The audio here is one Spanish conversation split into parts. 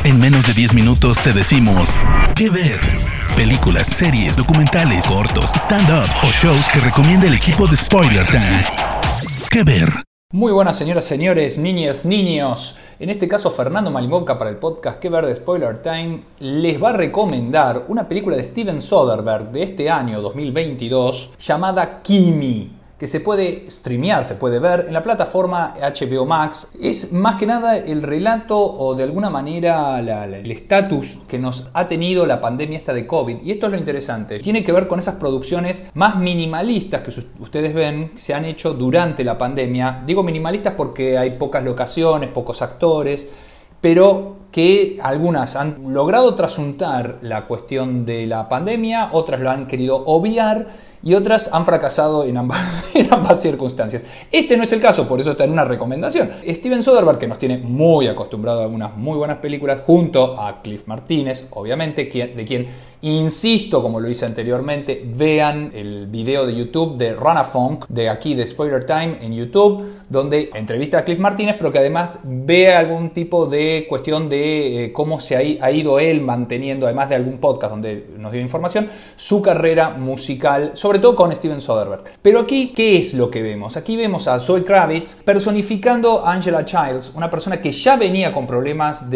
En menos de 10 minutos te decimos qué ver. Películas, series, documentales, cortos, stand-ups o shows que recomienda el equipo de Spoiler Time. ¿Qué ver? Muy buenas señoras, señores, niñas, niños. En este caso Fernando Malimovka para el podcast ¿Qué ver? De Spoiler Time les va a recomendar una película de Steven Soderbergh de este año 2022 llamada Kimi, que se puede streamear, se puede ver en la plataforma HBO Max. Es más que nada el relato o de alguna manera el estatus que nos ha tenido la pandemia esta de COVID. Y esto es lo interesante. Tiene que ver con esas producciones más minimalistas que ustedes ven se han hecho durante la pandemia. Digo minimalistas porque hay pocas locaciones, pocos actores, pero que algunas han logrado trasuntar la cuestión de la pandemia, otras lo han querido obviar y otras han fracasado en ambas circunstancias. Este no es el caso, por eso está en una recomendación. Steven Soderbergh, que nos tiene muy acostumbrado a algunas muy buenas películas, junto a Cliff Martínez, obviamente, de quien insisto, como lo hice anteriormente, vean el video de YouTube de Ranafunk, de aquí de Spoiler Time en YouTube, donde entrevista a Cliff Martínez, pero que además ve algún tipo de cuestión de cómo se ha ido él manteniendo, además de algún podcast donde nos dio información, su carrera musical, sobre todo con Steven Soderbergh. Pero aquí, ¿qué es lo que vemos? Aquí vemos a Zoe Kravitz personificando a Angela Childs, una persona que ya venía con problemas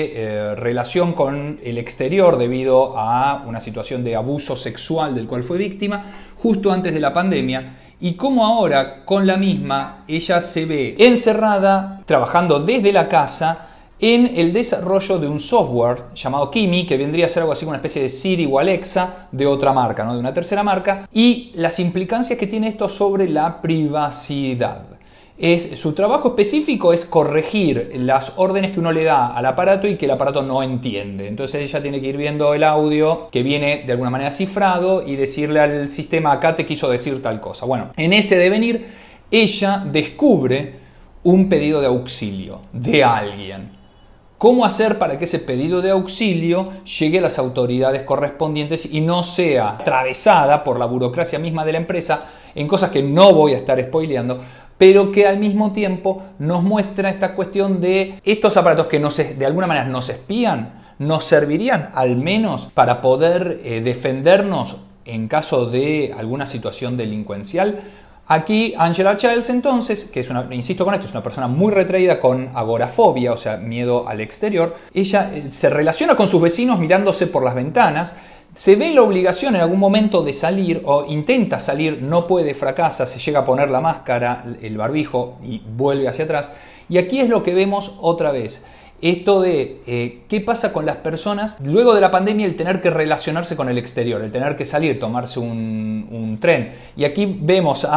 de relación con el exterior debido a una situación de abuso sexual del cual fue víctima justo antes de la pandemia, y cómo ahora con la misma ella se ve encerrada trabajando desde la casa en el desarrollo de un software llamado Kimi, que vendría a ser algo así como una especie de Siri o Alexa de otra marca, ¿no? De una tercera marca, y las implicancias que tiene esto sobre la privacidad. Su trabajo específico es corregir las órdenes que uno le da al aparato y que el aparato no entiende. Entonces ella tiene que ir viendo el audio que viene de alguna manera cifrado y decirle al sistema: acá te quiso decir tal cosa. Bueno, en ese devenir ella descubre un pedido de auxilio de alguien. ¿Cómo hacer para que ese pedido de auxilio llegue a las autoridades correspondientes y no sea atravesada por la burocracia misma de la empresa en cosas que no voy a estar spoileando, pero que al mismo tiempo nos muestra esta cuestión de estos aparatos que de alguna manera nos espían, nos servirían al menos para poder defendernos en caso de alguna situación delincuencial? Aquí Angela Childs, entonces, que insisto con esto, es una persona muy retraída con agorafobia, o sea, miedo al exterior. Ella se relaciona con sus vecinos mirándose por las ventanas, se ve en la obligación en algún momento de salir o intenta salir, no puede, fracasa, se llega a poner la máscara, el barbijo y vuelve hacia atrás. Y aquí es lo que vemos otra vez. Esto de qué pasa con las personas luego de la pandemia, el tener que relacionarse con el exterior, el tener que salir, tomarse un tren. Y aquí vemos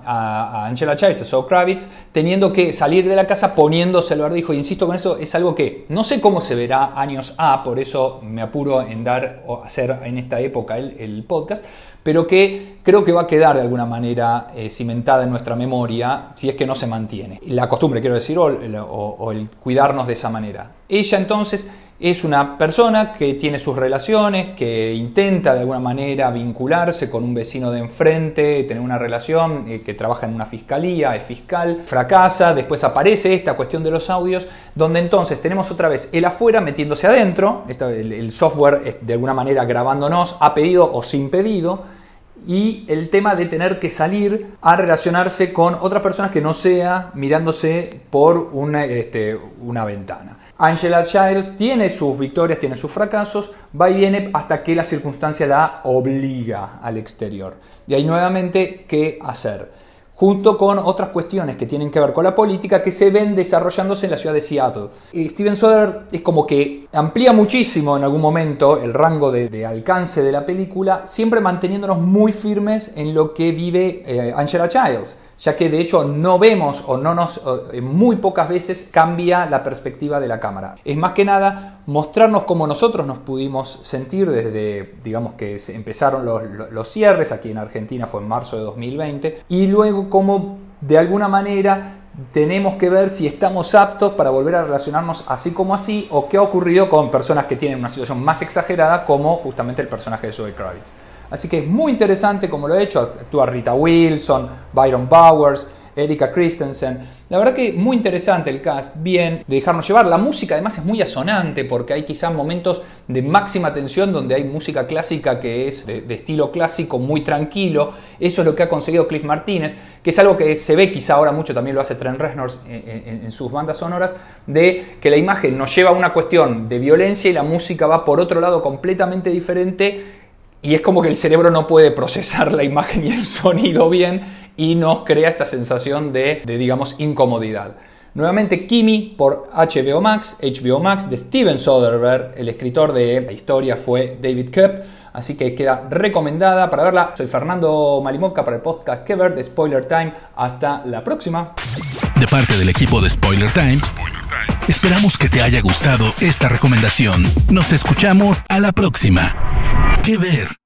a Angela Childs, a Zoe Kravitz, teniendo que salir de la casa poniéndose el barbijo. Y insisto con esto, es algo que no sé cómo se verá años A, por eso me apuro en hacer en esta época el podcast, pero que creo que va a quedar de alguna manera cimentada en nuestra memoria si es que no se mantiene. La costumbre, quiero decir, o el cuidarnos de esa manera. Ella entonces es una persona que tiene sus relaciones, que intenta de alguna manera vincularse con un vecino de enfrente, tener una relación, que trabaja en una fiscalía, es fiscal, fracasa, después aparece esta cuestión de los audios, donde entonces tenemos otra vez el afuera metiéndose adentro, el software de alguna manera grabándonos a pedido o sin pedido, y el tema de tener que salir a relacionarse con otras personas que no sea mirándose por una ventana. Angela Childs tiene sus victorias, tiene sus fracasos, va y viene hasta que la circunstancia la obliga al exterior. Y hay nuevamente qué hacer, junto con otras cuestiones que tienen que ver con la política que se ven desarrollándose en la ciudad de Seattle. Steven Soderbergh es como que amplía muchísimo en algún momento el rango de alcance de la película, siempre manteniéndonos muy firmes en lo que vive Angela Childs, ya que de hecho no vemos muy pocas veces cambia la perspectiva de la cámara. Es más que nada mostrarnos cómo nosotros nos pudimos sentir desde, digamos, que empezaron los cierres. Aquí en Argentina fue en marzo de 2020, y luego cómo de alguna manera tenemos que ver si estamos aptos para volver a relacionarnos así como así, o qué ha ocurrido con personas que tienen una situación más exagerada, como justamente el personaje de Zoe Kravitz. Así que es muy interesante como lo he hecho. Actúa Rita Wilson, Byron Bowers, Erika Christensen. La verdad que muy interesante el cast, bien, de dejarnos llevar. La música además es muy asonante porque hay quizá momentos de máxima tensión donde hay música clásica que es de estilo clásico muy tranquilo. Eso es lo que ha conseguido Cliff Martínez, que es algo que se ve quizá ahora mucho, también lo hace Trent Reznor en sus bandas sonoras, de que la imagen nos lleva a una cuestión de violencia y la música va por otro lado completamente diferente, y es como que el cerebro no puede procesar la imagen y el sonido bien y nos crea esta sensación de digamos, incomodidad. Nuevamente Kimi por HBO Max de Steven Soderbergh. El escritor de la historia fue David Koepp, así que queda recomendada para verla. Soy Fernando Malimovka para el podcast Que Ver de Spoiler Time. Hasta la próxima. De parte del equipo de Spoiler Time, esperamos que te haya gustado esta recomendación. Nos escuchamos a la próxima. Que Ver.